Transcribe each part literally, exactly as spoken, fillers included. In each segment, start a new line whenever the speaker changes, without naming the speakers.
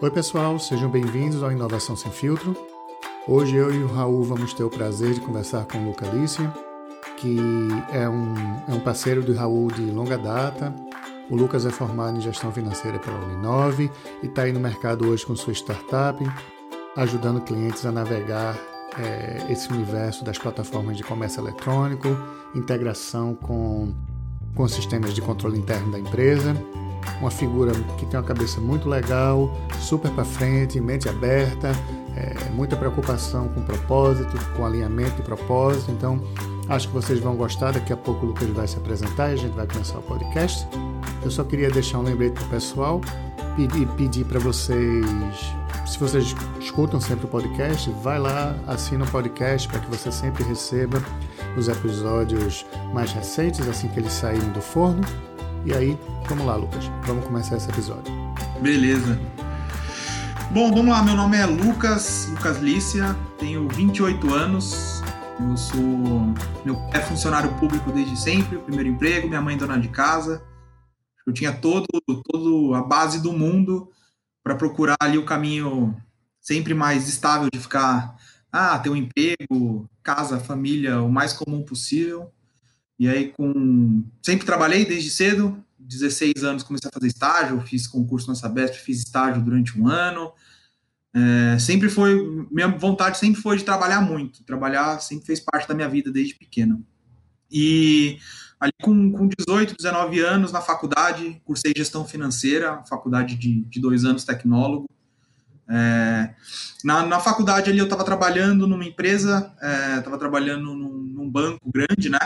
Oi pessoal, sejam bem-vindos ao Inovação Sem Filtro. Hoje eu e o Raul vamos ter o prazer de conversar com o Luca Lícia, que é um, é um parceiro do Raul de longa data. O Lucas é formado em gestão financeira pela Uninove e está aí no mercado hoje com sua startup, ajudando clientes a navegar é, esse universo das plataformas de comércio eletrônico, integração com, com sistemas de controle interno da empresa. Uma figura que tem uma cabeça muito legal, super para frente, mente aberta, é, muita preocupação com propósito, com alinhamento de propósito. Então, acho que vocês vão gostar. Daqui a pouco o Lucas vai se apresentar e a gente vai começar o podcast. Eu só queria deixar um lembrete para o pessoal, pedir, pedir para vocês, se vocês escutam sempre o podcast, vai lá, assina o podcast para que você sempre receba os episódios mais recentes, assim que eles saírem do forno. E aí, vamos lá, Lucas. Vamos começar esse episódio.
Beleza. Bom, vamos lá. Meu nome é Lucas, Lucas Lícia, tenho vinte e oito anos. Eu sou... Meu pai é funcionário público desde sempre, o primeiro emprego, minha mãe dona de casa. Eu tinha todo, todo a base do mundo para procurar ali o caminho sempre mais estável de ficar, ah, ter um emprego, casa, família, o mais comum possível. E aí, com... sempre trabalhei desde cedo, dezesseis anos comecei a fazer estágio, fiz concurso na Sabesp, fiz estágio durante um ano. É, sempre foi, minha vontade sempre foi de trabalhar muito, trabalhar sempre fez parte da minha vida desde pequeno. E ali com, com dezoito, dezenove anos, na faculdade, cursei gestão financeira, faculdade de, de dois anos, tecnólogo. É, na, na faculdade ali eu estava trabalhando numa empresa, estava é, trabalhando num, num banco grande, né?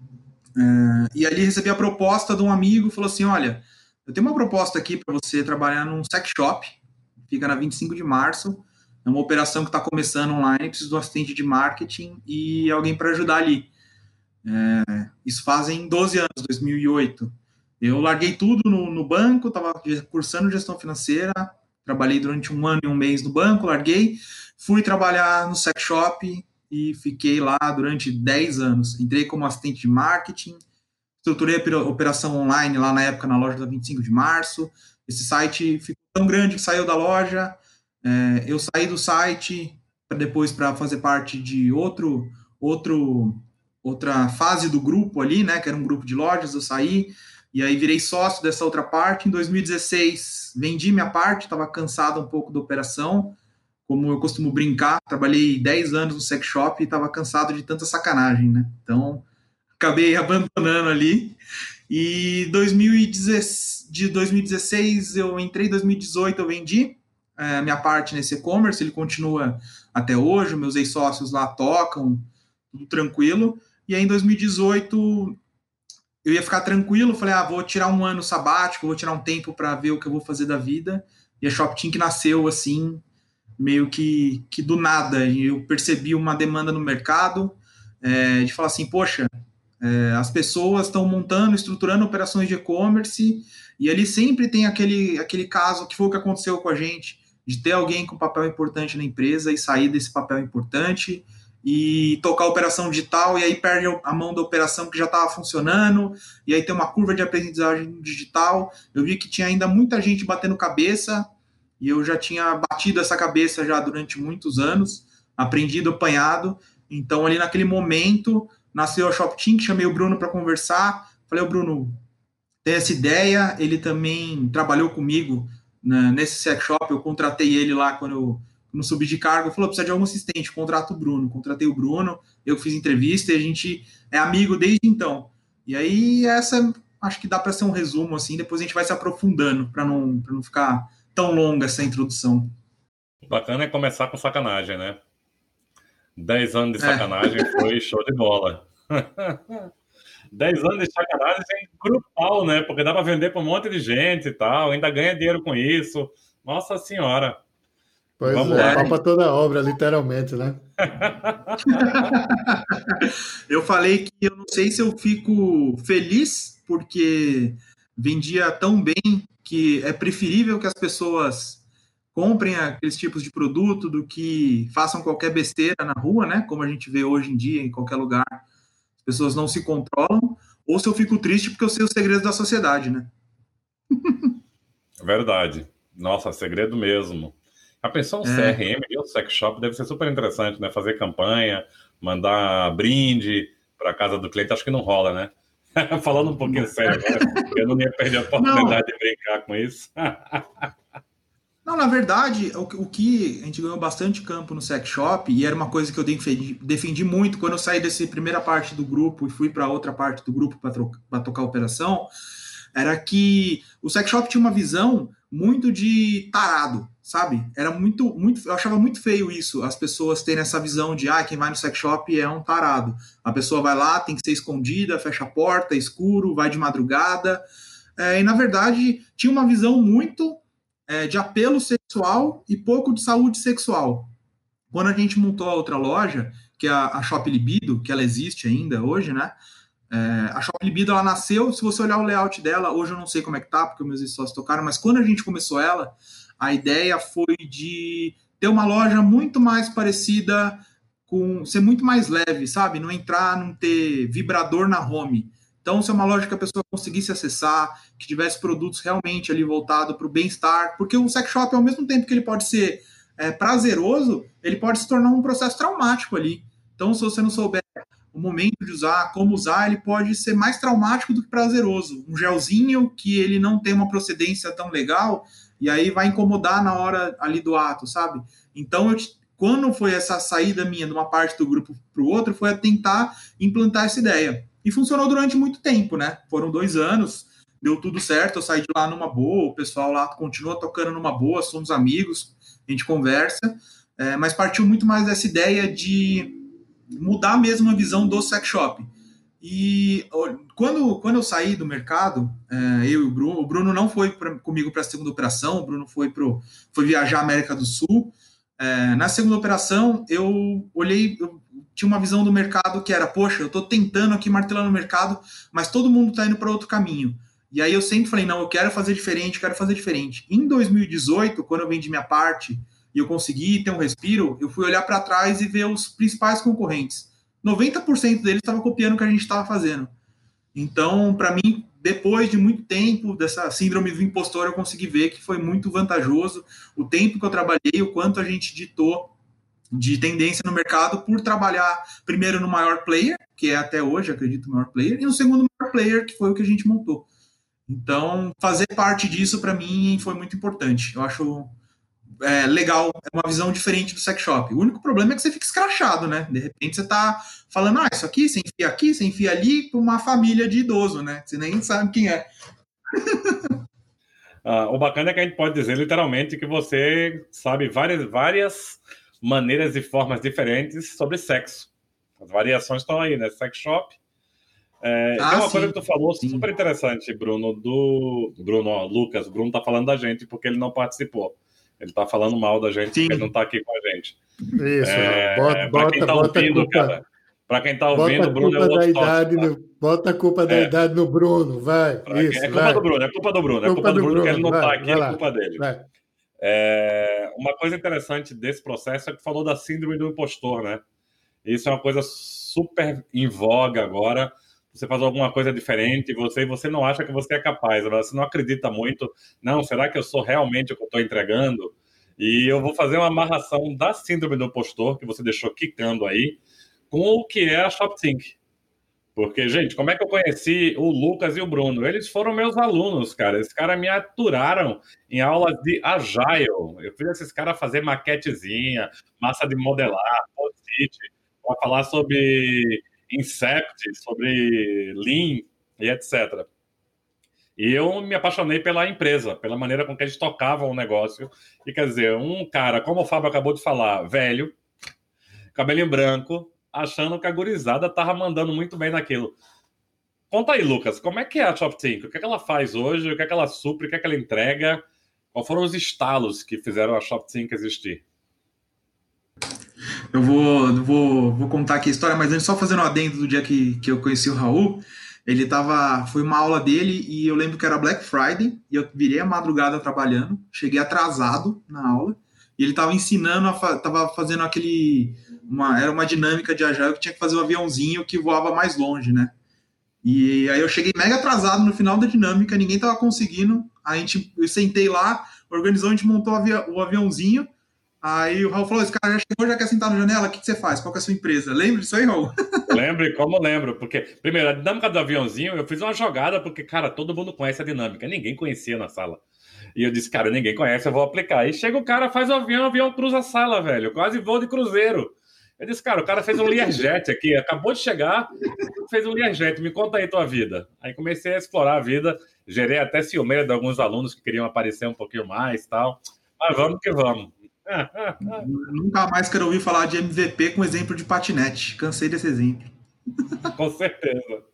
Uh, e ali recebi a proposta de um amigo, falou assim, olha, eu tenho uma proposta aqui para você trabalhar num sex shop, fica na vinte e cinco de março, é uma operação que está começando online, preciso de um assistente de marketing e alguém para ajudar ali. Uh, isso fazem doze anos, dois mil e oito. Eu larguei tudo no, no banco, estava cursando gestão financeira, trabalhei durante um ano e um mês no banco, larguei, fui trabalhar no sex shop e fiquei lá durante dez anos. Entrei como assistente de marketing, estruturei a operação online lá na época na loja da vinte e cinco de março. Esse site ficou tão grande que saiu da loja. É, eu saí do site para depois para fazer parte de outro, outro, outra fase do grupo ali, né, que era um grupo de lojas. Eu saí e aí virei sócio dessa outra parte. Em dois mil e dezesseis, vendi minha parte, estava cansado um pouco da operação. Como eu costumo brincar, trabalhei dez anos no sex shop e estava cansado de tanta sacanagem, né? Então, acabei abandonando ali. E dois mil e dezesseis, de dois mil e dezesseis, eu entrei, em dois mil e dezoito eu vendi a minha parte nesse e-commerce, ele continua até hoje, meus ex-sócios lá tocam, tudo tranquilo. E aí, em dois mil e dezoito, eu ia ficar tranquilo, falei, ah, vou tirar um ano sabático, vou tirar um tempo para ver o que eu vou fazer da vida. E a ShopTink nasceu assim, meio que, que do nada, eu percebi uma demanda no mercado, é, de falar assim, poxa, é, as pessoas estão montando, estruturando operações de e-commerce, e ali sempre tem aquele, aquele caso, que foi o que aconteceu com a gente, de ter alguém com papel importante na empresa e sair desse papel importante, e tocar a operação digital, e aí perde a mão da operação que já estava funcionando, e aí tem uma curva de aprendizagem digital. Eu vi que tinha ainda muita gente batendo cabeça, e eu já tinha batido essa cabeça já durante muitos anos, aprendido, apanhado. Então, ali naquele momento, nasceu a ShopTink, chamei o Bruno para conversar. Falei, o Bruno, tem essa ideia. Ele também trabalhou comigo, né, nesse sex shop. Eu contratei ele lá quando eu não subi de cargo. Ele falou, precisa de algum assistente, contrata o Bruno. Contratei o Bruno, eu fiz entrevista e a gente é amigo desde então. E aí, essa acho que dá para ser um resumo, assim. Depois a gente vai se aprofundando para não, para não ficar tão longa essa introdução.
O bacana é começar com sacanagem, né? Dez anos de sacanagem é. Foi show de bola. Dez anos de sacanagem é brutal, né? Porque dá para vender para um monte de gente e tal, ainda ganha dinheiro com isso. Nossa Senhora.
Pois Vamos é, lá. Para toda a obra, literalmente, né?
Eu falei que eu não sei se eu fico feliz porque vendia tão bem que é preferível que as pessoas comprem aqueles tipos de produto do que façam qualquer besteira na rua, né? Como a gente vê hoje em dia, em qualquer lugar, as pessoas não se controlam, ou se eu fico triste porque eu sei os segredos da sociedade, né?
Verdade. Nossa, segredo mesmo. A pensão um
É.
C R M e o sex shop deve ser super interessante, né? Fazer campanha, mandar brinde para casa do cliente, acho que não rola, né? Falando um pouquinho sério agora, eu não ia perder a oportunidade de brincar com isso.
Não, na verdade, o, o que a gente ganhou bastante campo no sex shop, e era uma coisa que eu defendi, defendi muito quando eu saí dessa primeira parte do grupo e fui para outra parte do grupo para tocar a operação, era que o sex shop tinha uma visão muito de tarado, sabe? Era muito, muito, eu achava muito feio isso, as pessoas terem essa visão de, ah, quem vai no sex shop é um tarado. A pessoa vai lá, tem que ser escondida, fecha a porta, é escuro, vai de madrugada. É, e na verdade tinha uma visão muito é, de apelo sexual e pouco de saúde sexual. Quando a gente montou a outra loja, que é a, a Shop Libido, que ela existe ainda hoje, né? É, a Shop Libido, ela nasceu, se você olhar o layout dela, hoje eu não sei como é que tá, porque meus sócios tocaram, mas quando a gente começou ela, a ideia foi de ter uma loja muito mais parecida com, ser muito mais leve, sabe? Não entrar, não ter vibrador na home. Então, ser uma loja que a pessoa conseguisse acessar, que tivesse produtos realmente ali voltados para o bem-estar, porque o sex shop, ao mesmo tempo que ele pode ser é, prazeroso, ele pode se tornar um processo traumático ali. Então, se você não souber o momento de usar, como usar, ele pode ser mais traumático do que prazeroso. Um gelzinho que ele não tem uma procedência tão legal, e aí vai incomodar na hora ali do ato, sabe? Então, eu, quando foi essa saída minha de uma parte do grupo para o outro, foi a tentar implantar essa ideia. E funcionou durante muito tempo, né? Foram dois anos, deu tudo certo, eu saí de lá numa boa, o pessoal lá continua tocando numa boa, somos amigos, a gente conversa, é, mas partiu muito mais dessa ideia de mudar mesmo a visão do sex shop. E quando, quando eu saí do mercado, é, eu e o Bruno, o Bruno não foi pra, comigo para a segunda operação, o Bruno foi, pro, foi viajar à América do Sul. É, na segunda operação, eu olhei, eu tinha uma visão do mercado que era, poxa, eu estou tentando aqui martelando o mercado, mas todo mundo está indo para outro caminho. E aí eu sempre falei, não, eu quero fazer diferente, quero fazer diferente. Em dois mil e dezoito, quando eu vendi minha parte, e eu consegui ter um respiro, eu fui olhar para trás e ver os principais concorrentes. noventa por cento deles estavam copiando o que a gente estava fazendo. Então, para mim, depois de muito tempo dessa síndrome do impostor, eu consegui ver que foi muito vantajoso o tempo que eu trabalhei, o quanto a gente ditou de tendência no mercado por trabalhar primeiro no maior player, que é até hoje, acredito, o maior player, e no segundo maior player, que foi o que a gente montou. Então, fazer parte disso, para mim, foi muito importante. Eu acho... É, legal, é uma visão diferente do sex shop. O único problema é que você fica escrachado, né? De repente você tá falando, ah, isso aqui, você enfia aqui, você enfia ali, para uma família de idoso, né? Você nem sabe quem é.
Ah, o bacana é que a gente pode dizer literalmente que você sabe várias, várias maneiras e formas diferentes sobre sexo. As variações estão aí, né? Sex shop. É, ah, tem uma sim. coisa que tu falou sim. super interessante, Bruno, do Bruno, ó, Lucas, o Bruno tá falando da gente porque ele não participou. Ele tá falando mal da gente, sim. porque ele não tá aqui com a gente.
Isso,
é,
bota,
pra quem tá
bota
ouvindo,
culpa,
cara, pra quem tá ouvindo, o Bruno é o
outro
tóxico, tá?
no, Bota a culpa da é. idade no Bruno, vai. Isso,
é culpa
vai.
do Bruno, é culpa do Bruno,
culpa
é culpa do, do Bruno, Bruno que ele não
vai,
tá aqui, é
lá,
culpa dele. É, uma coisa interessante desse processo é que falou da síndrome do impostor, né? Isso é uma coisa super em voga agora. Você faz alguma coisa diferente, você, você não acha que você é capaz, você não acredita muito. Não, será que eu sou realmente o que eu estou entregando? E eu vou fazer uma amarração da síndrome do impostor, que você deixou quicando aí, com o que é a ShopThink. Porque, gente, como é que eu conheci o Lucas e o Bruno? Eles foram meus alunos, cara. Esses caras me aturaram em aulas de Agile. Eu fiz esses caras fazer maquetezinha, massa de modelar, post-it, para falar sobre Incept, sobre Lean e etcétera. E eu me apaixonei pela empresa, pela maneira com que eles tocavam o negócio. E quer dizer, um cara, como o Fábio acabou de falar, velho, cabelinho branco, achando que a gurizada tava mandando muito bem naquilo. Conta aí, Lucas, como é que é a ShopThink? O que é que ela faz hoje? O que é que ela supre? O que é que ela entrega? Quais foram os estalos que fizeram a ShopThink existir?
Eu vou, vou, vou contar aqui a história, mas antes só fazendo um adendo do dia que, que eu conheci o Raul. Ele tava, foi uma aula dele e eu lembro que era Black Friday e eu virei a madrugada trabalhando, cheguei atrasado na aula e ele tava ensinando, a fa- tava fazendo aquele, uma, era uma dinâmica de Agile que tinha que fazer um aviãozinho que voava mais longe, né? E aí eu cheguei mega atrasado no final da dinâmica, ninguém tava conseguindo, a gente, eu sentei lá, organizou, a gente montou o, avi- o aviãozinho. Aí o Raul falou, esse cara já chegou, já quer sentar na janela, o que, que você faz? Qual que é a sua empresa? Lembra disso aí, Raul?
Lembro e como lembro, porque, primeiro, a dinâmica do aviãozinho, eu fiz uma jogada, porque, cara, todo mundo conhece a dinâmica, ninguém conhecia na sala. E eu disse, cara, ninguém conhece, eu vou aplicar. Aí chega o cara, faz o avião, o avião cruza a sala, velho, quase voo de cruzeiro. Eu disse, cara, o cara fez um Learjet aqui, acabou de chegar, fez um Learjet, me conta aí tua vida. Aí comecei a explorar a vida, gerei até ciumeira de alguns alunos que queriam aparecer um pouquinho mais e tal. Mas vamos que vamos.
Nunca mais quero ouvir falar de M V P com exemplo de patinete. Cansei desse exemplo.
Com certeza.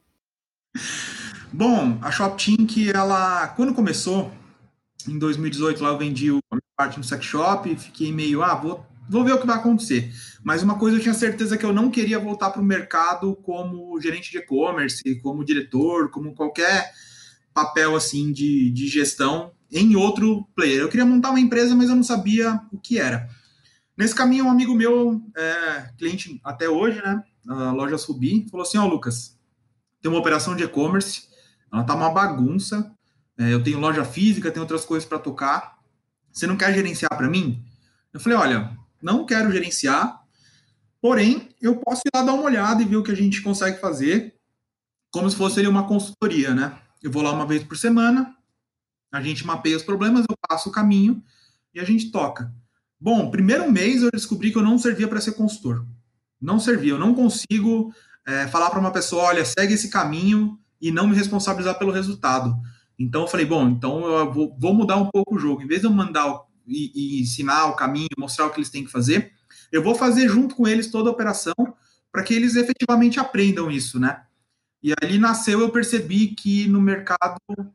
Bom, a ShopTink, ela, quando começou, em dois mil e dezoito, lá eu vendi a minha parte no sex shop, fiquei meio, ah, vou, vou ver o que vai acontecer. Mas uma coisa eu tinha certeza que eu não queria voltar para o mercado como gerente de e-commerce, como diretor, como qualquer papel assim de, de gestão em outro player. Eu queria montar uma empresa, mas eu não sabia o que era. Nesse caminho, um amigo meu, é, cliente até hoje, né, a Lojas Rubi, falou assim, ó, oh, Lucas, tem uma operação de e-commerce, ela tá uma bagunça, é, eu tenho loja física, tenho outras coisas para tocar, você não quer gerenciar para mim? Eu falei, olha, não quero gerenciar, porém, eu posso ir lá dar uma olhada e ver o que a gente consegue fazer, como se fosse uma consultoria, né? Eu vou lá uma vez por semana, a gente mapeia os problemas, eu passo o caminho e a gente toca. Bom, primeiro mês eu descobri que eu não servia para ser consultor. Não servia, eu não consigo é, falar para uma pessoa, olha, segue esse caminho e não me responsabilizar pelo resultado. Então eu falei, bom, então eu vou, vou mudar um pouco o jogo. Em vez de eu mandar e, e ensinar o caminho, mostrar o que eles têm que fazer, eu vou fazer junto com eles toda a operação para que eles efetivamente aprendam isso, né? E ali nasceu, eu percebi que no mercado,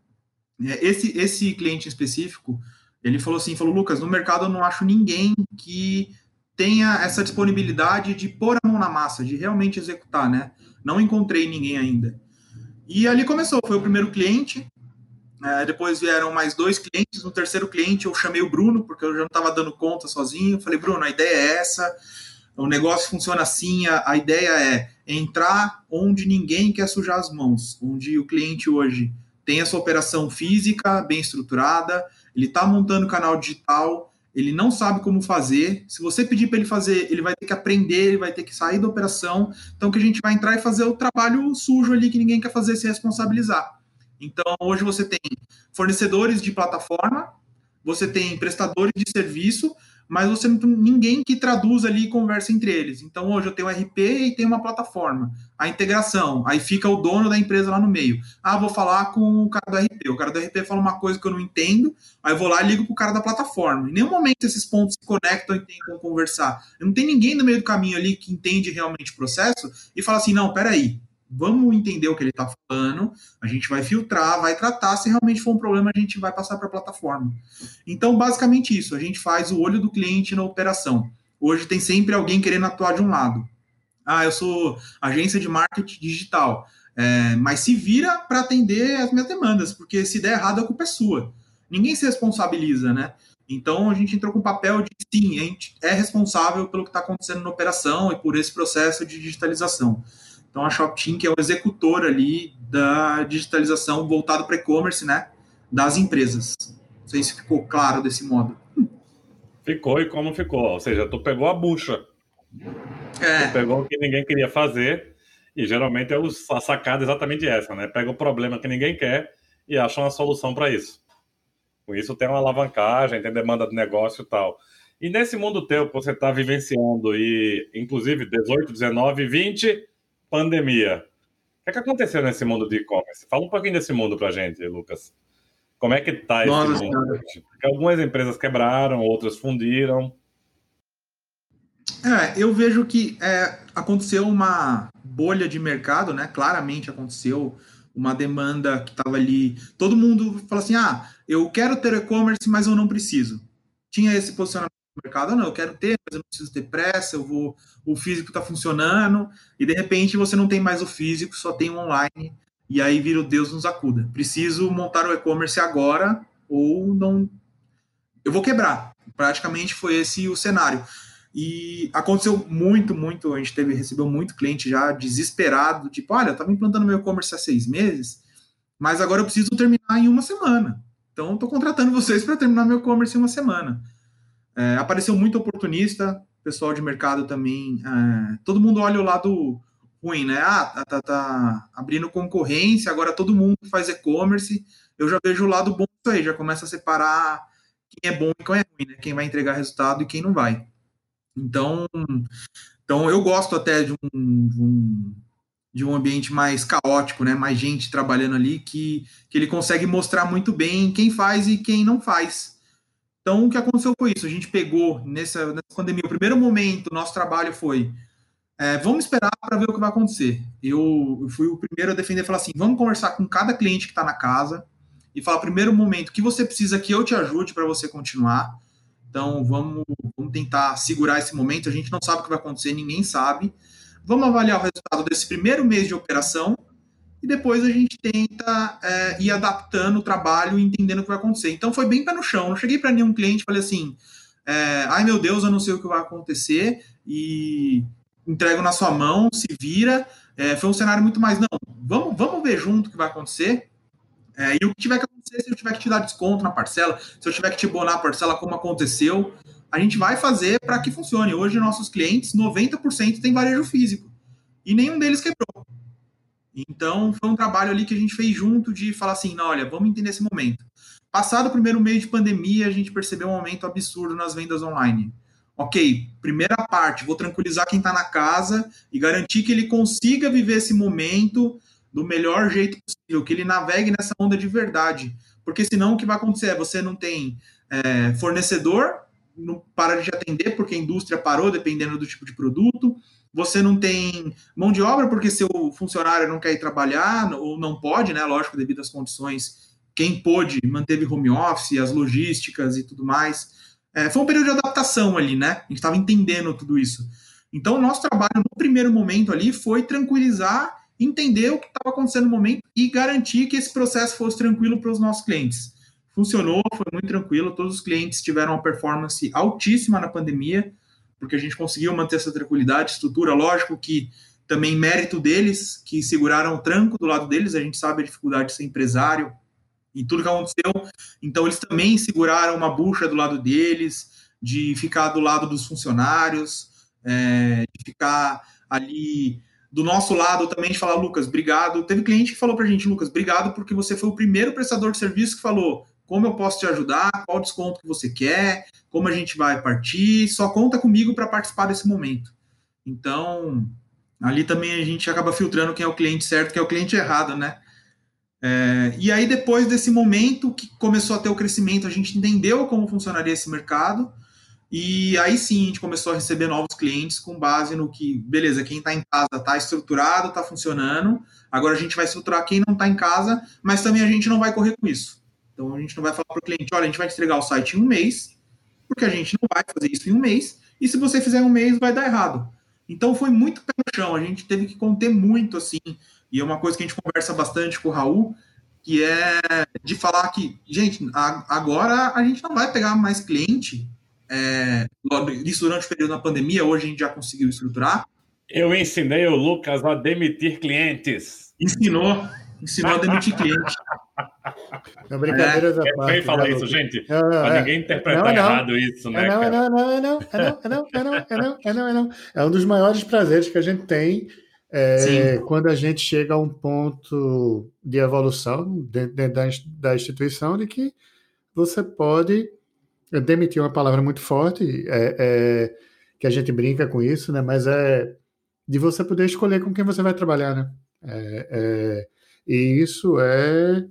esse, esse cliente específico, ele falou assim, falou, Lucas, no mercado eu não acho ninguém que tenha essa disponibilidade de pôr a mão na massa, de realmente executar, né? Não encontrei ninguém ainda. E ali começou, foi o primeiro cliente, é, depois vieram mais dois clientes, no terceiro cliente eu chamei o Bruno, porque eu já não estava dando conta sozinho, eu falei, Bruno, a ideia é essa, o negócio funciona assim, a, a ideia é entrar onde ninguém quer sujar as mãos, onde o cliente hoje tem a sua operação física bem estruturada, ele está montando canal digital, ele não sabe como fazer, se você pedir para ele fazer, ele vai ter que aprender, ele vai ter que sair da operação, então que a gente vai entrar e fazer o trabalho sujo ali que ninguém quer fazer, se responsabilizar. Então hoje você tem fornecedores de plataforma, você tem prestadores de serviço, mas você não tem ninguém que traduz ali e conversa entre eles. Então, hoje eu tenho um R P e tenho uma plataforma. A integração, aí fica o dono da empresa lá no meio. Ah, vou falar com o cara do R P. O cara do R P fala uma coisa que eu não entendo, aí eu vou lá e ligo pro cara da plataforma. Em nenhum momento esses pontos se conectam e tentam conversar. Não tem ninguém no meio do caminho ali que entende realmente o processo e fala assim, não, peraí, vamos entender o que ele está falando, a gente vai filtrar, vai tratar, se realmente for um problema, a gente vai passar para a plataforma. Então, basicamente isso, a gente faz o olho do cliente na operação. Hoje tem sempre alguém querendo atuar de um lado. Ah, eu sou agência de marketing digital, é, mas se vira para atender as minhas demandas, porque se der errado, a culpa é sua. Ninguém se responsabiliza, né? Então, a gente entrou com o papel de, sim, a gente é responsável pelo que está acontecendo na operação e por esse processo de digitalização. Então, a ShopTink é o executor ali da digitalização voltado para e-commerce, né, das empresas. Não sei se ficou claro desse modo.
Ficou e como ficou. Ou seja, tu pegou a bucha.
É.
Tu pegou o que ninguém queria fazer e geralmente é a sacada exatamente essa, né? Pega o problema que ninguém quer e acha uma solução para isso. Com isso tem uma alavancagem, tem demanda de negócio e tal. E nesse mundo teu que você está vivenciando, e inclusive dezoito, dezenove, vinte... pandemia. O que é que aconteceu nesse mundo de e-commerce? Fala um pouquinho desse mundo pra gente, Lucas. Como é que tá esse
Nossa,
mundo? Porque algumas empresas quebraram, outras fundiram.
É, eu vejo que é, aconteceu uma bolha de mercado, né? Claramente aconteceu uma demanda que estava ali. Todo mundo fala assim, ah, eu quero ter e-commerce, mas eu não preciso. Tinha esse posicionamento no mercado, ah, não, eu quero ter, mas eu não preciso ter pressa, eu vou, o físico está funcionando, e de repente você não tem mais o físico, só tem o online, e aí vira o Deus nos acuda. Preciso montar o e-commerce agora, ou não... Eu vou quebrar. Praticamente foi esse o cenário. E aconteceu muito, muito, a gente teve, recebeu muito cliente já desesperado, tipo, olha, eu estava implantando meu e-commerce há seis meses, mas agora eu preciso terminar em uma semana. Então, estou contratando vocês para terminar meu e-commerce em uma semana. É, apareceu muito oportunista, pessoal de mercado também. É, todo mundo olha o lado ruim, né? Ah, tá, tá, tá abrindo concorrência, agora todo mundo faz e-commerce. Eu já vejo o lado bom disso aí, já começa a separar quem é bom e quem é ruim, né? Quem vai entregar resultado e quem não vai. Então, então eu gosto até de um, de um, de um ambiente mais caótico, né? Mais gente trabalhando ali, que, que ele consegue mostrar muito bem quem faz e quem não faz. Então, o que aconteceu foi isso. A gente pegou nessa, nessa pandemia, o primeiro momento, nosso trabalho foi é, vamos esperar para ver o que vai acontecer. Eu, eu fui o primeiro a defender, falar assim, vamos conversar com cada cliente que está na casa e falar, primeiro momento, que você precisa que eu te ajude para você continuar. Então, vamos, vamos tentar segurar esse momento. A gente não sabe o que vai acontecer, ninguém sabe. Vamos avaliar o resultado desse primeiro mês de operação e depois a gente tenta é, ir adaptando o trabalho e entendendo o que vai acontecer. Então, foi bem pé no chão. Não cheguei para nenhum cliente e falei assim, é, ai meu Deus, eu não sei o que vai acontecer e entrego na sua mão, se vira. É, foi um cenário muito mais, não, vamos, vamos ver junto o que vai acontecer. É, e o que tiver que acontecer, se eu tiver que te dar desconto na parcela, se eu tiver que te bonar a parcela como aconteceu, a gente vai fazer para que funcione. Hoje, nossos clientes, noventa por cento tem varejo físico e nenhum deles quebrou. Então, foi um trabalho ali que a gente fez junto de falar assim, não, olha, vamos entender esse momento. Passado o primeiro mês de pandemia, a gente percebeu um aumento absurdo nas vendas online. Ok, primeira parte, vou tranquilizar quem está na casa e garantir que ele consiga viver esse momento do melhor jeito possível, que ele navegue nessa onda de verdade. Porque senão o que vai acontecer é você não tem é, fornecedor, não para de atender porque a indústria parou, dependendo do tipo de produto. Você não tem mão de obra porque seu funcionário não quer ir trabalhar, ou não pode, né? Lógico, devido às condições. Quem pôde, manteve home office, as logísticas e tudo mais. É, foi um período de adaptação ali, né? A gente estava entendendo tudo isso. Então, o nosso trabalho no primeiro momento ali foi tranquilizar, entender o que estava acontecendo no momento e garantir que esse processo fosse tranquilo para os nossos clientes. Funcionou, foi muito tranquilo, todos os clientes tiveram uma performance altíssima na pandemia, porque a gente conseguiu manter essa tranquilidade, estrutura, lógico que também mérito deles, que seguraram o tranco do lado deles, a gente sabe a dificuldade de ser empresário e tudo que aconteceu, então eles também seguraram uma bucha do lado deles, de ficar do lado dos funcionários, é, de ficar ali do nosso lado também, de falar, Lucas, obrigado. Teve cliente que falou pra gente, Lucas, obrigado porque você foi o primeiro prestador de serviço que falou como eu posso te ajudar, qual desconto que você quer, como a gente vai partir, só conta comigo para participar desse momento. Então, ali também a gente acaba filtrando quem é o cliente certo, quem é o cliente errado, né? É, e aí, depois desse momento que começou a ter o crescimento, a gente entendeu como funcionaria esse mercado, e aí sim a gente começou a receber novos clientes com base no que, beleza, quem está em casa está estruturado, está funcionando, agora a gente vai estruturar quem não está em casa, mas também a gente não vai correr com isso. Então, a gente não vai falar para o cliente, olha, a gente vai te entregar o site em um mês, porque a gente não vai fazer isso em um mês, e se você fizer em um mês, vai dar errado. Então, foi muito pé no chão, a gente teve que conter muito, assim, e é uma coisa que a gente conversa bastante com o Raul, que é de falar que, gente, agora a gente não vai pegar mais cliente, é, isso durante o período da pandemia, hoje a gente já conseguiu estruturar.
Eu ensinei o Lucas a demitir clientes.
Ensinou, ensinou a demitir cliente.
Não, brincadeiras à parte.
Quem fala isso, gente? Para ninguém interpretar
não, não.
errado isso, né?
É não, é
cara?
não, é não, é não, é não, é não, é não, é não, é não. É um dos maiores prazeres que a gente tem é, quando a gente chega a um ponto de evolução dentro, dentro da, da instituição de que você pode demitir, uma palavra muito forte, é, é, que a gente brinca com isso, né? Mas é de você poder escolher com quem você vai trabalhar, né? É, é, e isso é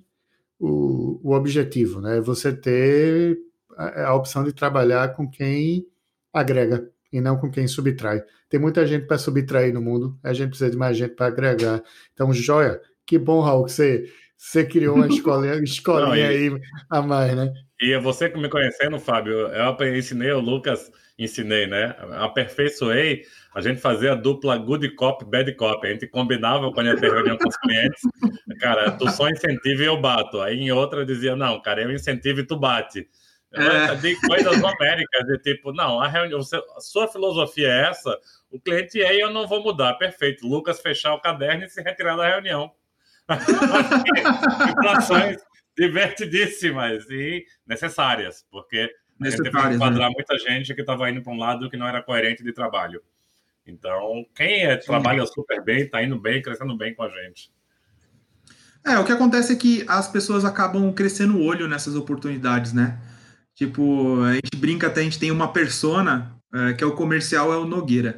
o, o objetivo, né? Você ter a, a opção de trabalhar com quem agrega e não com quem subtrai. Tem muita gente para subtrair no mundo, a gente precisa de mais gente para agregar. Então, joia, que bom, Raul, que você, você criou uma escolinha, escolinha não, e, aí a mais, né?
E você me conhecendo, Fábio, eu ensinei o Lucas, ensinei, né? Aperfeiçoei a gente fazia a dupla good cop, bad cop. A gente combinava quando ia ter reunião com os clientes. Cara, tu só incentiva e eu bato. Aí em outra eu dizia, não, cara, eu incentivo e tu bate. É. De coisas numéricas, de tipo, não, a, reunião, a sua filosofia é essa, o cliente é e eu não vou mudar. Perfeito. Lucas fechar o caderno e se retirar da reunião. Situações, divertidíssimas e necessárias, porque a gente teve que enquadrar né? muita gente que estava indo para um lado que não era coerente de trabalho. Então, quem é, trabalha super bem, está indo bem, crescendo bem com a gente.
É, o que acontece é que as pessoas acabam crescendo o olho nessas oportunidades, né? Tipo, a gente brinca até, a gente tem uma persona, é, que é o comercial, é o Nogueira.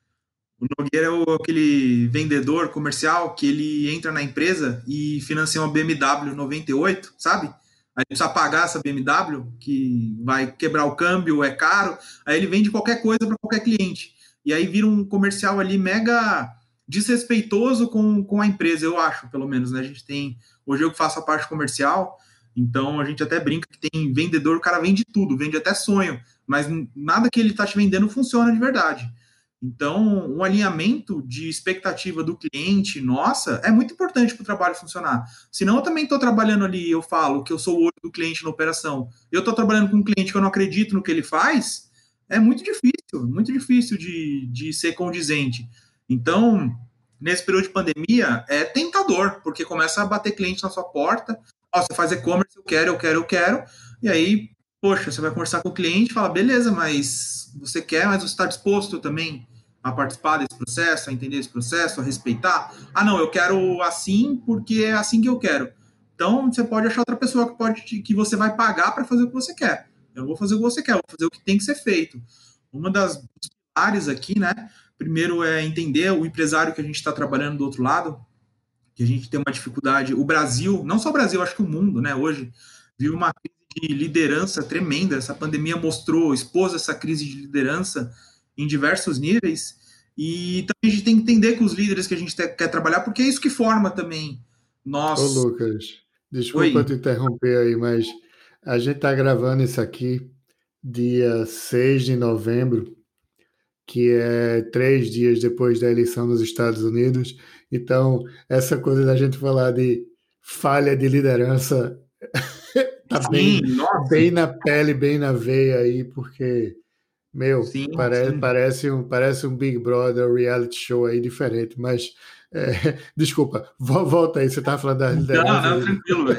O Nogueira é o, aquele vendedor comercial que ele entra na empresa e financia uma B M W noventa e oito, sabe? Aí precisa pagar essa B M W, que vai quebrar o câmbio, é caro, aí ele vende qualquer coisa para qualquer cliente. E aí vira um comercial ali mega desrespeitoso com, com a empresa, eu acho, pelo menos, né? A gente tem... Hoje eu que faço a parte comercial, então a gente até brinca que tem vendedor, o cara vende tudo, vende até sonho, mas nada que ele está te vendendo funciona de verdade. Então, um alinhamento de expectativa do cliente, nossa, é muito importante para o trabalho funcionar. Senão eu também estou trabalhando ali, eu falo que eu sou o olho do cliente na operação, eu estou trabalhando com um cliente que eu não acredito no que ele faz, é muito difícil, muito difícil de, de ser condizente. Então, nesse período de pandemia, é tentador, porque começa a bater cliente na sua porta, ó, você faz e-commerce, eu quero, eu quero, eu quero, e aí, poxa, você vai conversar com o cliente e fala, beleza, mas você quer, mas você está disposto também a participar desse processo, a entender esse processo, a respeitar? Ah, não, eu quero assim porque é assim que eu quero. Então, você pode achar outra pessoa que, pode, que você vai pagar para fazer o que você quer. Eu não vou fazer o que você quer, eu vou fazer o que tem que ser feito. Uma das pilares aqui, né? Primeiro é entender o empresário que a gente está trabalhando do outro lado, que a gente tem uma dificuldade. O Brasil, não só o Brasil, acho que o mundo, né? Hoje, vive uma crise de liderança tremenda. Essa pandemia mostrou, expôs essa crise de liderança em diversos níveis, e também a gente tem que entender com os líderes que a gente quer trabalhar, porque é isso que forma também nós...
Ô Lucas, desculpa Oi. te interromper aí, mas a gente está gravando isso aqui dia seis de novembro, que é três dias depois da eleição nos Estados Unidos, então essa coisa da gente falar de falha de liderança está bem, bem na pele, bem na veia aí, porque... Meu, sim, parece, sim. Parece, um, parece um Big Brother reality show aí diferente, mas é, desculpa, volta aí, você estava falando da liderança.
Não, não, tranquilo.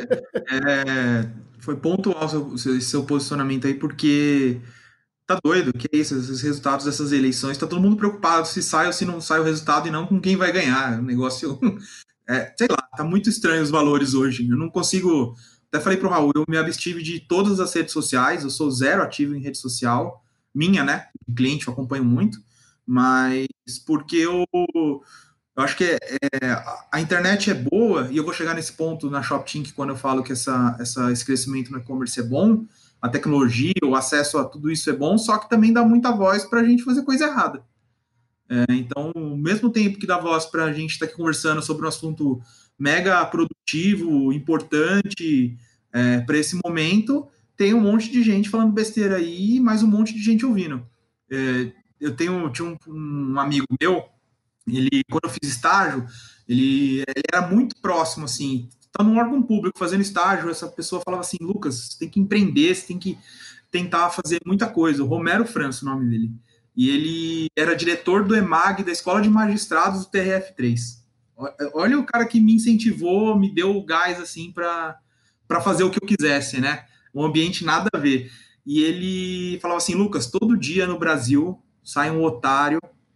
É, foi pontual o seu, seu posicionamento aí, porque tá doido, que é isso, esses resultados dessas eleições, tá todo mundo preocupado se sai ou se não sai o resultado e não com quem vai ganhar. O negócio, é, sei lá, tá muito estranho os valores hoje. Eu não consigo, até falei pro Raul, eu me abstive de todas as redes sociais, eu sou zero ativo em rede social, minha, né, cliente, eu acompanho muito, mas porque eu, eu acho que é, é, a internet é boa, e eu vou chegar nesse ponto na ShopTink quando eu falo que essa, essa, esse crescimento no e-commerce é bom, a tecnologia, o acesso a tudo isso é bom, só que também dá muita voz para a gente fazer coisa errada. É, então, ao mesmo tempo que dá voz para a gente estar tá aqui conversando sobre um assunto mega produtivo, importante é, para esse momento, tem um monte de gente falando besteira aí e mais um monte de gente ouvindo. É, eu tenho, tinha um, um amigo meu, ele, quando eu fiz estágio, ele, ele era muito próximo, assim, tá num órgão público fazendo estágio, essa pessoa falava assim, Lucas, você tem que empreender, você tem que tentar fazer muita coisa. O Romero França, o nome dele. E ele era diretor do EMAG, da Escola de Magistrados do T R F três. Olha o cara que me incentivou, me deu o gás, assim, para fazer o que eu quisesse, né? Um ambiente nada a ver. E ele falava assim, Lucas, todo dia no Brasil sai um otário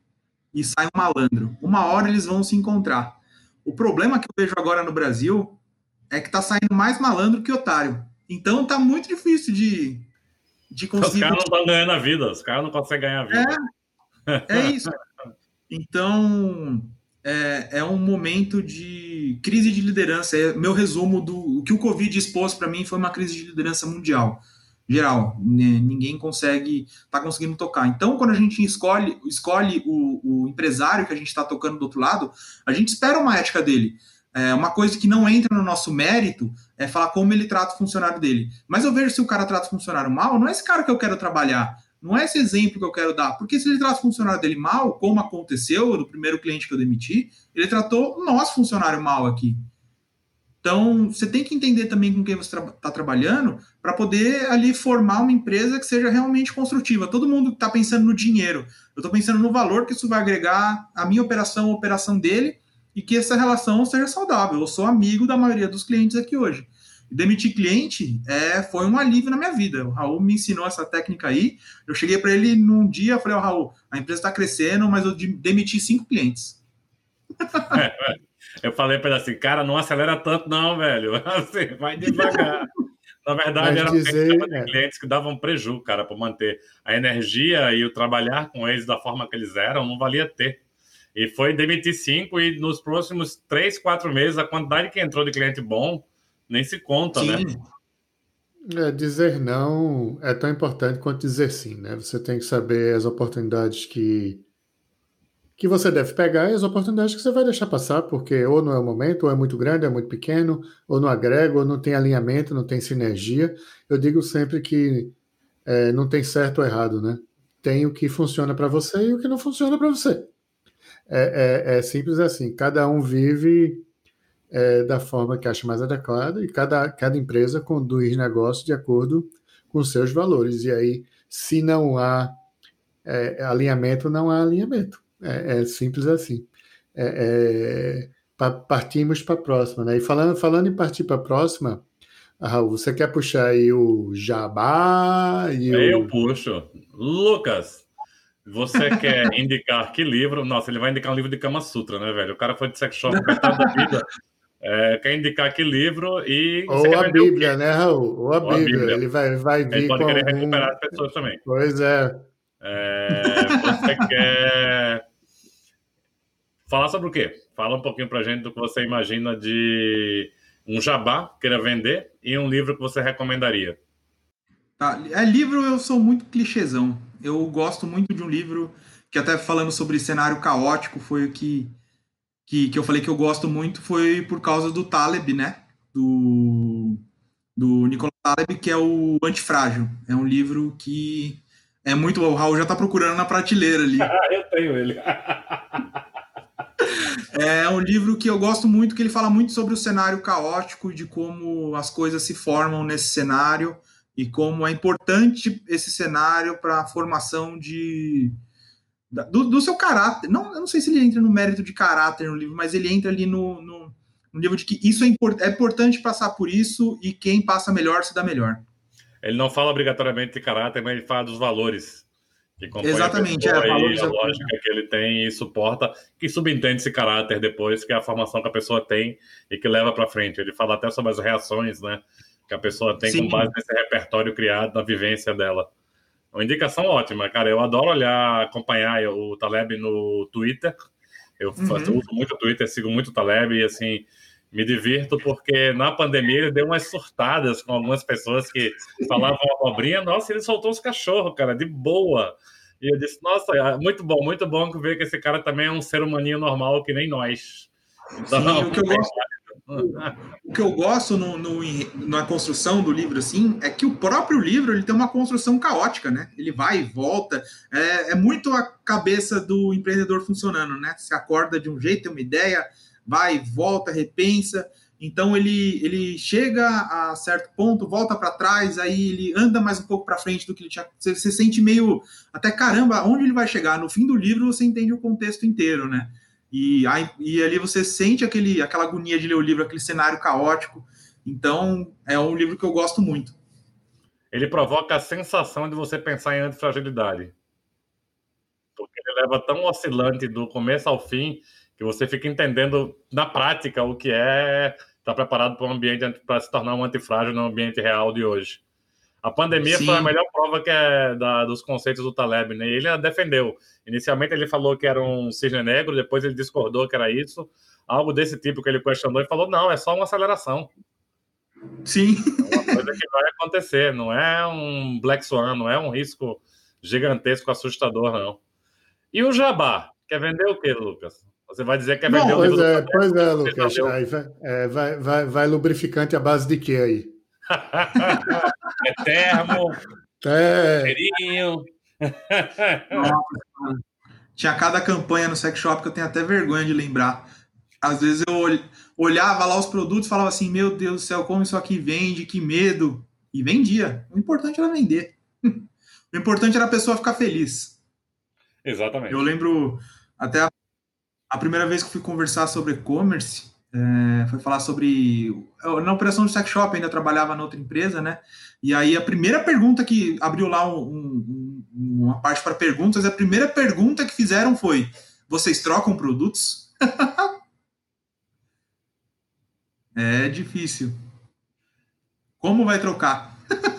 e sai um malandro. Uma hora eles vão se encontrar. O problema que eu vejo agora no Brasil é que tá saindo mais malandro que otário. Então tá muito difícil de, de conseguir...
Os caras não estão ganhando a vida, os caras não conseguem ganhar a vida.
É, é isso. Então, é, é um momento de crise de liderança. É meu resumo do o que o Covid expôs para mim foi uma crise de liderança mundial, geral. Né? Ninguém consegue, tá conseguindo tocar. Então, quando a gente escolhe, escolhe o, o empresário que a gente está tocando do outro lado, a gente espera uma ética dele. É, uma coisa que não entra no nosso mérito é falar como ele trata o funcionário dele. Mas eu vejo se o cara trata o funcionário mal, não é esse cara que eu quero trabalhar. Não é esse exemplo que eu quero dar, porque se ele trata o funcionário dele mal, como aconteceu no primeiro cliente que eu demiti, ele tratou o nosso funcionário mal aqui. Então, você tem que entender também com quem você está tra- trabalhando para poder ali formar uma empresa que seja realmente construtiva. Todo mundo está pensando no dinheiro. Eu estou pensando no valor que isso vai agregar à minha operação, à operação dele, e que essa relação seja saudável. Eu sou amigo da maioria dos clientes aqui hoje. Demitir cliente é, foi um alívio na minha vida. O Raul me ensinou essa técnica aí. Eu cheguei para ele num dia, falei, ó, oh, Raul, a empresa está crescendo, mas eu demiti cinco clientes.
Eu falei para ele assim, cara, não acelera tanto não, velho. Assim, vai devagar. Na verdade, eram
dizer, é.
clientes que davam prejuízo, cara, para manter a energia e o trabalhar com eles da forma que eles eram, não valia ter. E foi demitir cinco e nos próximos três, quatro meses, a quantidade que entrou de cliente bom nem se conta, sim, né?
É, dizer não é tão importante quanto dizer sim, né? Você tem que saber as oportunidades que, que você deve pegar e as oportunidades que você vai deixar passar, porque ou não é o momento, ou é muito grande, ou é muito pequeno, ou não agrega, ou não tem alinhamento, não tem sinergia. Eu digo sempre que é, não tem certo ou errado, né? Tem o que funciona para você e o que não funciona para você. É, é, é simples assim, cada um vive é, da forma que acha mais adequada e cada, cada empresa conduz negócio de acordo com seus valores. E aí, se não há é, alinhamento, não há alinhamento. É, é simples assim. É, é, partimos para a próxima, né? E falando, falando em partir para a próxima, Raul, você quer puxar aí o jabá? E
Eu
o...
puxo. Lucas, você quer indicar que livro? Nossa, ele vai indicar um livro de Kama Sutra, né, velho? O cara foi de sex shop metade da vida. É, quer indicar que livro e...
Ou a Bíblia, né, Raul? Ou a, Ou Bíblia. a Bíblia. Ele vai, vai vir
ele pode
com
querer
algum...
recuperar as pessoas também.
Pois é.
é. Você quer falar sobre o quê? Fala um pouquinho pra gente do que você imagina de um jabá queira vender e um livro que você recomendaria.
Tá. É, livro eu sou muito clichêzão. Eu gosto muito de um livro que até falando sobre cenário caótico foi o que, que, que eu falei que eu gosto muito, foi por causa do Taleb, né? Do, do Nicolas Taleb, que é o Antifrágil. É um livro que é muito... O Raul já tá procurando na prateleira ali.
Eu tenho ele.
É um livro que eu gosto muito, que ele fala muito sobre o cenário caótico e de como as coisas se formam nesse cenário e como é importante esse cenário para a formação de, do, do seu caráter. Não, eu não sei se ele entra no mérito de caráter no livro, mas ele entra ali no, no, no livro de que isso é, import, é importante passar por isso e quem passa melhor se dá melhor.
Ele não fala obrigatoriamente de caráter, mas ele fala dos valores que compõem
Exatamente,
a,
é,
a, e a lógica que ele tem e suporta, que subentende esse caráter depois, que é a formação que a pessoa tem e que leva para frente. Ele fala até sobre as reações, né, que a pessoa tem, sim, com base nesse repertório criado na vivência dela. Uma indicação ótima, cara. Eu adoro olhar, acompanhar o Taleb no Twitter. Eu uhum. faço, uso muito o Twitter, sigo muito o Taleb e, assim, me divirto porque na pandemia ele deu umas surtadas com algumas pessoas que falavam abobrinha. Nossa, ele soltou os cachorros, cara, de boa. E eu disse, nossa, muito bom, muito bom ver que esse cara também é um ser humaninho normal que nem nós.
Então, sim, o que eu gosto, o que eu gosto no, no, na construção do livro, assim, é que o próprio livro ele tem uma construção caótica, né? Ele vai e volta. É, é muito a cabeça do empreendedor funcionando, né? Você acorda de um jeito, tem uma ideia, vai, volta, repensa. Então ele, ele chega a certo ponto, volta para trás, aí ele anda mais um pouco para frente do que ele tinha. Você, você sente meio até caramba, onde ele vai chegar? No fim do livro você entende o contexto inteiro, né? E, aí, e ali você sente aquele, aquela agonia de ler o livro, aquele cenário caótico. Então é um livro que eu gosto muito.
Ele provoca a sensação de você pensar em antifragilidade. Porque ele leva tão oscilante do começo ao fim que você fica entendendo na prática o que é estar preparado para um ambiente, para se tornar um antifrágil no ambiente real de hoje. A pandemia, sim, foi a melhor prova que é da, dos conceitos do Taleb, né? Ele a defendeu. Inicialmente ele falou que era um cisne negro, depois ele discordou que era isso. Algo desse tipo que ele questionou e falou, não, é só uma aceleração.
Sim.
É uma coisa que vai acontecer, não é um Black Swan, não é um risco gigantesco, assustador, não. E o jabá? Quer vender o quê, Lucas? Você vai dizer que quer vender
Bom,
o livro
pois é,
do
pois é, Lucas. Aí vai, é, vai, vai, vai lubrificante à base de quê aí?
É termo,
é.
cheirinho.
Nossa, tinha cada campanha no sex shop que eu tenho até vergonha de lembrar. Às vezes eu olhava lá os produtos e falava assim, meu Deus do céu, como isso aqui vende, que medo. E vendia. O importante era vender. O importante era a pessoa ficar feliz.
Exatamente.
Eu lembro até a, a primeira vez que fui conversar sobre e-commerce, É, foi falar sobre... Na operação do sex shop, ainda trabalhava na outra empresa, né? E aí a primeira pergunta que abriu lá um, um, uma parte para perguntas, a primeira pergunta que fizeram foi: vocês trocam produtos? É difícil. Como vai trocar?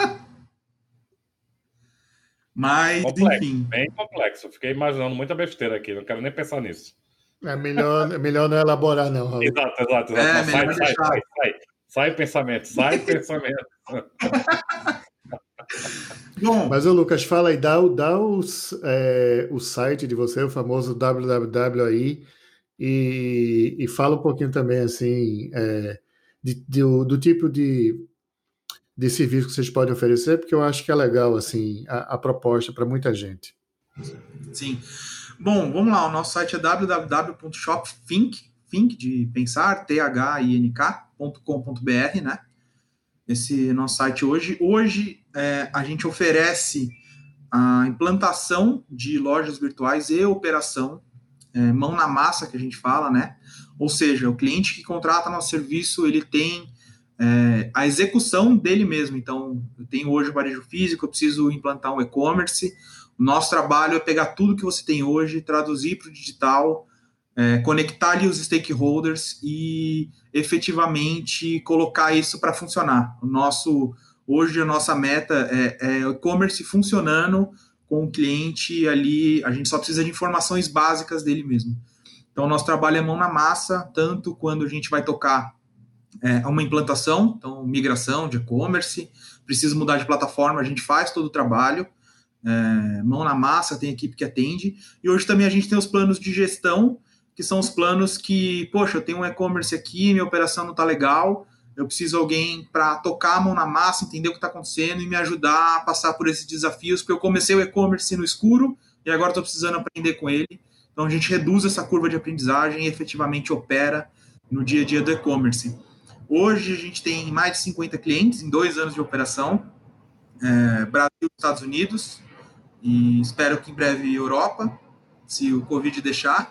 Mas,
Complexo,
enfim.
bem complexo. Fiquei imaginando muita besteira aqui, não quero nem pensar nisso.
É melhor, é melhor não elaborar, não, Raul.
Exato, exato, exato.
É,
Não, sai,
melhor
sai,
deixar.
sai, sai. Sai pensamento, sai pensamento.
Bom, mas, ô Lucas, fala aí, dá, dá os, é, o site de você, o famoso W W W aí, e, e fala um pouquinho também, assim, é, de, de, do tipo de, de serviço que vocês podem oferecer, porque eu acho que é legal, assim, a, a proposta para muita gente.
Sim. Bom, vamos lá, o nosso site é w w w ponto shopthink, think de pensar, T H I N K ponto com ponto b r, né? Esse nosso site hoje. Hoje é, a gente oferece a implantação de lojas virtuais e operação, é, mão na massa que a gente fala, né? Ou seja, o cliente que contrata nosso serviço, ele tem é, a execução dele mesmo. Então, eu tenho hoje o varejo físico, eu preciso implantar um e-commerce. O nosso trabalho é pegar tudo que você tem hoje, traduzir para o digital, é, conectar ali os stakeholders e efetivamente colocar isso para funcionar. O nosso, hoje a nossa meta é, é o e-commerce funcionando com o cliente ali, a gente só precisa de informações básicas dele mesmo. Então, o nosso trabalho é mão na massa, tanto quando a gente vai tocar é, uma implantação, então migração de e-commerce, precisa mudar de plataforma, a gente faz todo o trabalho, é, mão na massa, tem equipe que atende, e hoje também a gente tem os planos de gestão, que são os planos que, poxa, eu tenho um e-commerce aqui, minha operação não está legal, eu preciso de alguém para tocar a mão na massa, entender o que está acontecendo e me ajudar a passar por esses desafios, porque eu comecei o e-commerce no escuro e agora estou precisando aprender com ele. Então a gente reduz essa curva de aprendizagem e efetivamente opera no dia a dia do e-commerce. Hoje a gente tem mais de cinquenta clientes em dois anos de operação, é, Brasil e Estados Unidos, e espero que em breve Europa, se o Covid deixar.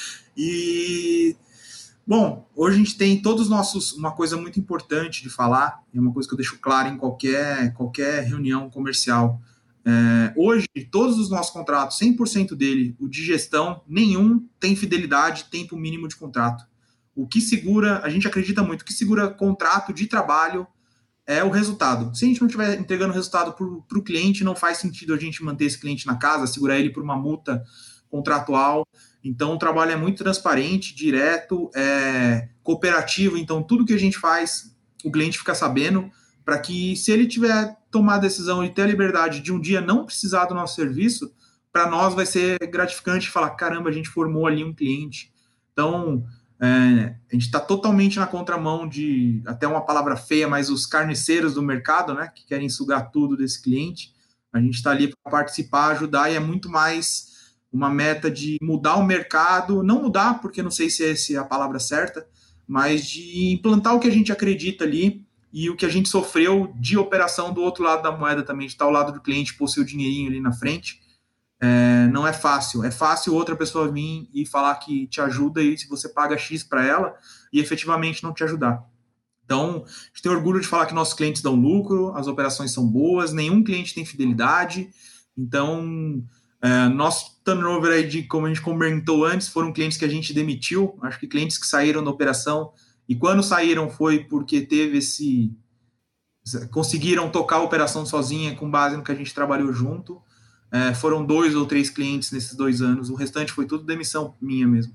E, bom, hoje a gente tem todos os nossos, uma coisa muito importante de falar, é uma coisa que eu deixo claro em qualquer, qualquer reunião comercial. É, hoje, todos os nossos contratos, cem por cento dele, o de gestão, nenhum tem fidelidade, tempo mínimo de contrato. O que segura, a gente acredita muito, o que segura contrato de trabalho é o resultado. Se a gente não estiver entregando resultado para o cliente, não faz sentido a gente manter esse cliente na casa, segurar ele por uma multa contratual. Então, o trabalho é muito transparente, direto, é cooperativo. Então, tudo que a gente faz, o cliente fica sabendo, para que, se ele tiver tomado a decisão de ter a liberdade de um dia não precisar do nosso serviço, para nós vai ser gratificante falar, caramba, a gente formou ali um cliente. Então, é, a gente está totalmente na contramão de, até uma palavra feia, mas os carniceiros do mercado, né, que querem sugar tudo desse cliente. A gente está ali para participar, ajudar, e é muito mais uma meta de mudar o mercado, não mudar, porque não sei se essa é a palavra certa, mas de implantar o que a gente acredita ali e o que a gente sofreu de operação do outro lado da moeda também, de estar ao lado do cliente, pôr seu dinheirinho ali na frente. É, não é fácil. É fácil outra pessoa vir e falar que te ajuda e se você paga X para ela e efetivamente não te ajudar. Então, a gente tem orgulho de falar que nossos clientes dão lucro, as operações são boas, nenhum cliente tem fidelidade. Então, é, nosso turnover aí, de, como a gente comentou antes, foram clientes que a gente demitiu, acho que clientes que saíram da operação, e quando saíram foi porque teve esse... conseguiram tocar a operação sozinha com base no que a gente trabalhou junto. É, foram dois ou três clientes nesses dois anos, o restante foi tudo demissão minha mesmo.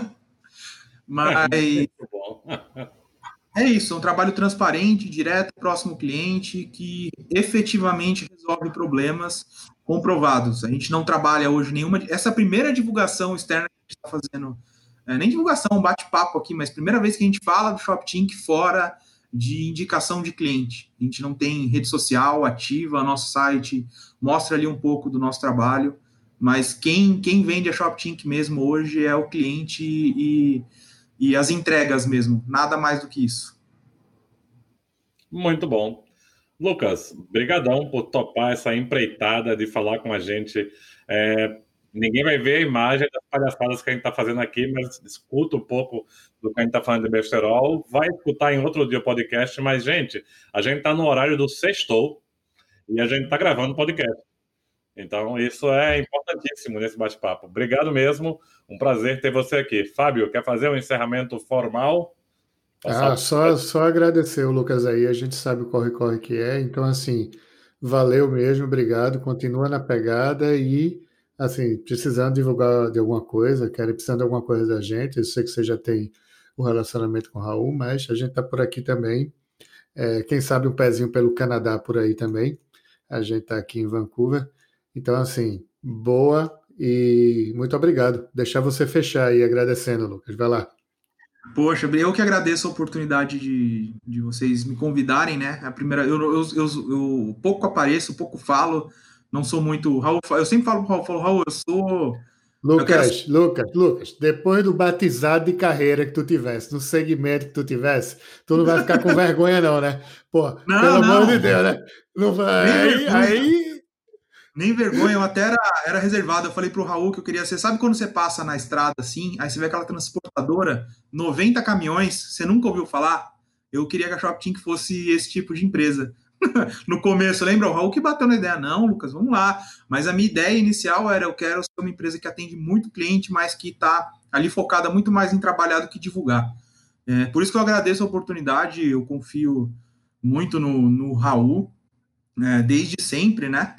Mas é isso, é um trabalho transparente, direto, próximo ao cliente, que efetivamente resolve problemas comprovados. A gente não trabalha hoje nenhuma... Essa primeira divulgação externa que a gente está fazendo, é, nem divulgação, bate-papo aqui, mas primeira vez que a gente fala do ShopTink fora de indicação de cliente. A gente não tem rede social ativa, nosso site mostra ali um pouco do nosso trabalho, mas quem, quem vende a ShopTink mesmo hoje é o cliente e, e as entregas mesmo, nada mais do que isso.
Muito bom. Lucas, brigadão por topar essa empreitada de falar com a gente. É, Ninguém vai ver a imagem das palhaçadas que a gente está fazendo aqui, mas escuta um pouco do que a gente está falando de besterol. Vai escutar em outro dia o podcast, mas, gente, a gente está no horário do sextou e a gente está gravando o podcast. Então, isso é importantíssimo nesse bate-papo. Obrigado mesmo, um prazer ter você aqui. Fábio, quer fazer um encerramento formal?
Ah, só, só agradecer o Lucas aí, a gente sabe o corre-corre que é, então, assim, valeu mesmo, obrigado, continua na pegada e, assim, precisando divulgar de alguma coisa, querem precisando de alguma coisa da gente, eu sei que você já tem o relacionamento com o Raul, mas a gente está por aqui também, é, quem sabe um pezinho pelo Canadá por aí também, a gente está aqui em Vancouver, então, assim, boa e muito obrigado, deixar você fechar aí, agradecendo, Lucas, vai lá.
Poxa, eu que agradeço a oportunidade de, de vocês me convidarem, né? A primeira, eu, eu, eu, eu pouco apareço, pouco falo, não sou muito. Raul, eu sempre falo pro Raul, falo, Raul, eu sou.
Lucas, eu quero... Lucas, Lucas, depois do batizado de carreira que tu tivesse, no segmento que tu tivesse, tu não vai ficar com vergonha, não, né? Pô,
não,
pelo
não.
amor de Deus, né? Não vai. Aí, aí.
Nem vergonha, eu até era, era reservado. Eu falei pro Raul que eu queria ser. Sabe quando você passa na estrada assim, aí você vê aquela transportadora, noventa caminhões, você nunca ouviu falar? Eu queria que a Shoptin fosse esse tipo de empresa. No começo, lembra? O Raul que bateu na ideia. Não, Lucas, vamos lá. Mas a minha ideia inicial era: eu quero ser uma empresa que atende muito cliente, mas que está ali focada muito mais em trabalhar do que divulgar. É, por isso que eu agradeço a oportunidade, eu confio muito no, no Raul, é, desde sempre, né?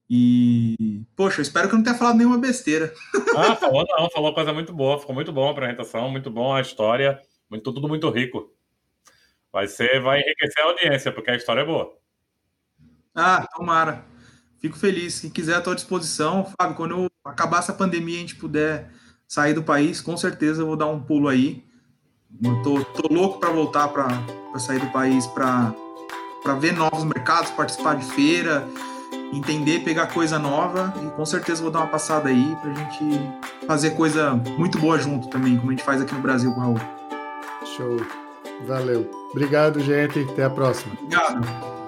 E, poxa, eu espero que eu não tenha falado nenhuma besteira.
Ah, falou não, falou coisa muito boa, ficou muito bom a apresentação, muito bom a história, muito, tudo muito rico. Vai ser, vai enriquecer a audiência, porque a história é boa.
Ah, tomara. Fico feliz. Se quiser, estou à disposição. Fábio, quando eu acabar essa pandemia e a gente puder sair do país, com certeza eu vou dar um pulo aí. Eu tô, tô louco para voltar para sair do país, para ver novos mercados, participar de feira, entender, pegar coisa nova, e com certeza vou dar uma passada aí pra gente fazer coisa muito boa junto também, como a gente faz aqui no Brasil com o Raul.
Show. Valeu. Obrigado, gente. Até a próxima.
Obrigado.